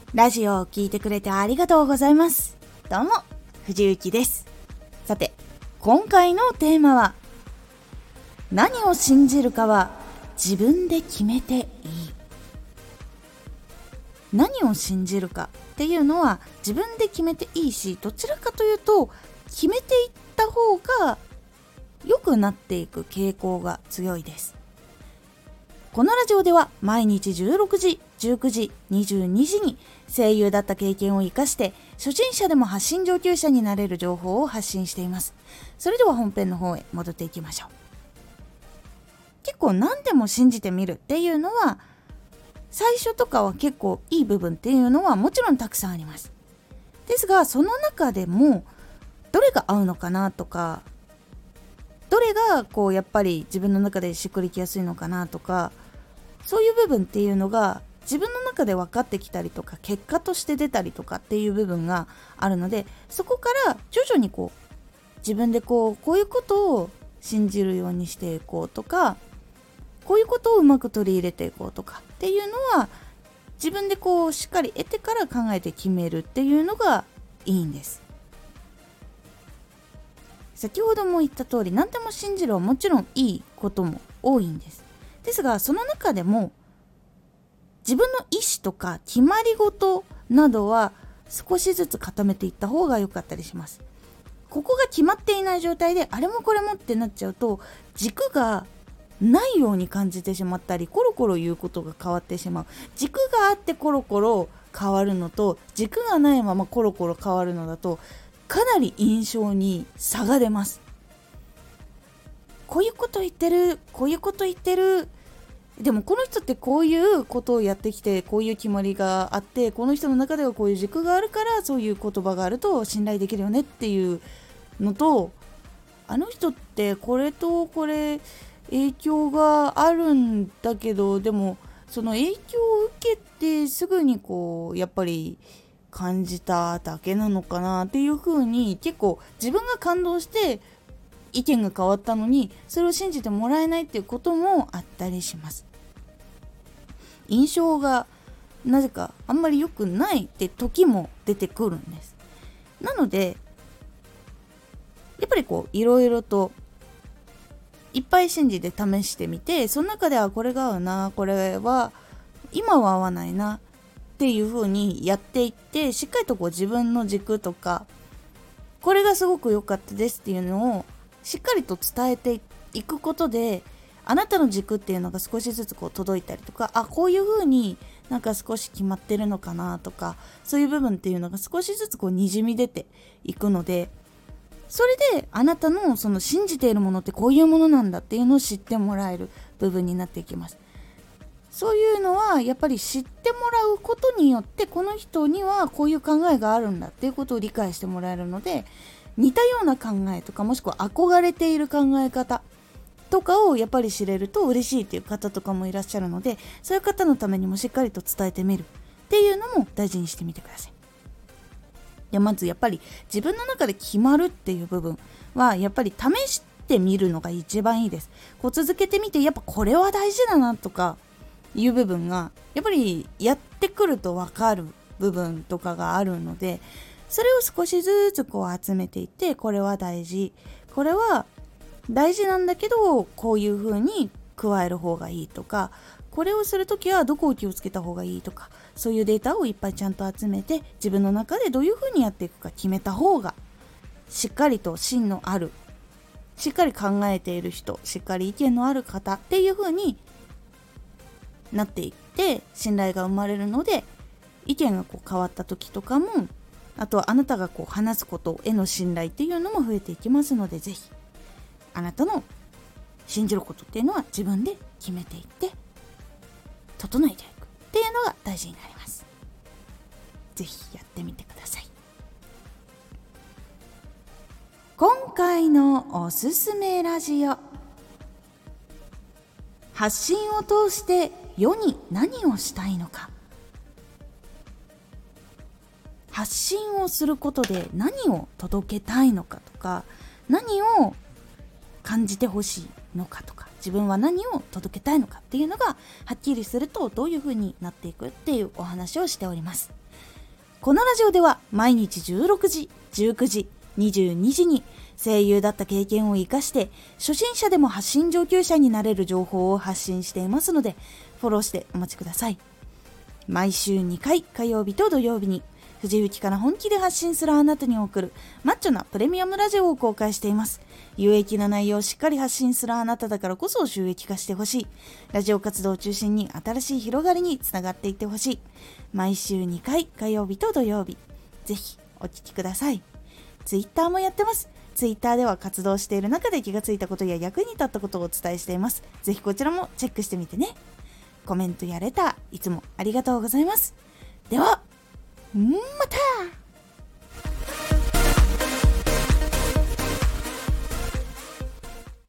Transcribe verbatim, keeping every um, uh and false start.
ラジオを聞いてくれてありがとうございます。どうも藤幸です。さて、今回のテーマは、何を信じるかは自分で決めていい。何を信じるかっていうのは自分で決めていいし、どちらかというと決めていった方が良くなっていく傾向が強いです。このラジオでは毎日じゅうろくじ、じゅうくじ、にじゅうにじに声優だった経験を生かして初心者でも発信上級者になれる情報を発信しています。それでは本編の方へ戻っていきましょう。結構何でも信じてみるっていうのは、最初とかは結構いい部分っていうのはもちろんたくさんあります。ですが、その中でもどれが合うのかなとか、どれがこうやっぱり自分の中でしっくりきやすいのかなとか、そういう部分っていうのが自分の中で分かってきたりとか、結果として出たりとかっていう部分があるので、そこから徐々にこう自分でこうこういうことを信じるようにしていこうとか、こういうことをうまく取り入れていこうとかっていうのは、自分でこうしっかり得てから考えて決めるっていうのがいいんです。先ほども言った通り、何でも信じるはもちろんいいことも多いんです。ですが、その中でも自分の意思とか決まり事などは少しずつ固めていった方が良かったりします。ここが決まっていない状態であれもこれもってなっちゃうと、軸がないように感じてしまったり、コロコロ言うことが変わってしまう。軸があってコロコロ変わるのと、軸がないままコロコロ変わるのだと、かなり印象に差が出ます。こういうこと言ってる、こういうこと言ってる、でもこの人ってこういうことをやってきて、こういう決まりがあって、この人の中ではこういう軸があるから、そういう言葉があると信頼できるよねっていうのと、あの人ってこれとこれ影響があるんだけど、でもその影響を受けてすぐにこうやっぱり感じただけなのかなっていう風に、結構自分が感動して意見が変わったのにそれを信じてもらえないっていうこともあったりします。印象がなぜかあんまり良くないって時も出てくるんです。なのでやっぱりこういろいろといっぱい信じて試してみて、その中ではこれが合うな、これは今は合わないなっていう風にやっていって、しっかりとこう自分の軸とか、これがすごく良かったですっていうのをしっかりと伝えていくことで、あなたの軸っていうのが少しずつこう届いたりとか、あ、こういう風になんか少し決まってるのかなとか、そういう部分っていうのが少しずつこうにじみ出ていくので、それであなたのその信じているものってこういうものなんだっていうのを知ってもらえる部分になっていきます。そういうのはやっぱり知ってもらうことによって、この人にはこういう考えがあるんだっていうことを理解してもらえるので、似たような考えとか、もしくは憧れている考え方とかをやっぱり知れると嬉しいっていう方とかもいらっしゃるので、そういう方のためにもしっかりと伝えてみるっていうのも大事にしてみてください。で、まずやっぱり自分の中で決まるっていう部分はやっぱり試してみるのが一番いいです。こう続けてみて、やっぱこれは大事だなとかいう部分がやっぱりやってくると分かる部分とかがあるので、それを少しずつこう集めていって、これは大事、これは大事なんだけどこういう風に加える方がいいとか、これをするときはどこを気をつけた方がいいとか、そういうデータをいっぱいちゃんと集めて、自分の中でどういう風にやっていくか決めた方が、しっかりと芯のある、しっかり考えている人、しっかり意見のある方っていう風になっていって信頼が生まれるので、意見がこう変わった時とかも、あとはあなたがこう話すことへの信頼っていうのも増えていきますので、ぜひあなたの信じることっていうのは自分で決めていって整えていくっていうのが大事になります。ぜひやってみてください。今回のおすすめラジオ、発信を通して世に何をしたいのか。発信をすることで何を届けたいのかとか、何を感じてほしいのかとか、 自分は何を届けたいのかっていうのがはっきりするとどういう風になっていくっていうお話をしております。このラジオでは毎日じゅうろくじ、じゅうくじ、にじゅうにじに声優だった経験を生かして初心者でも発信上級者になれる情報を発信していますので、フォローしてお待ちください。毎週にかい、火曜日と土曜日に藤雪から本気で発信するあなたに送るマッチョなプレミアムラジオを公開しています。有益な内容をしっかり発信するあなただからこそ収益化してほしい。ラジオ活動を中心に新しい広がりにつながっていってほしい。毎週にかい、火曜日と土曜日、ぜひお聞きください。ツイッターもやってます。ツイッターでは活動している中で気がついたことや役に立ったことをお伝えしています。ぜひこちらもチェックしてみてね。コメントやレターいつもありがとうございます。ではまた。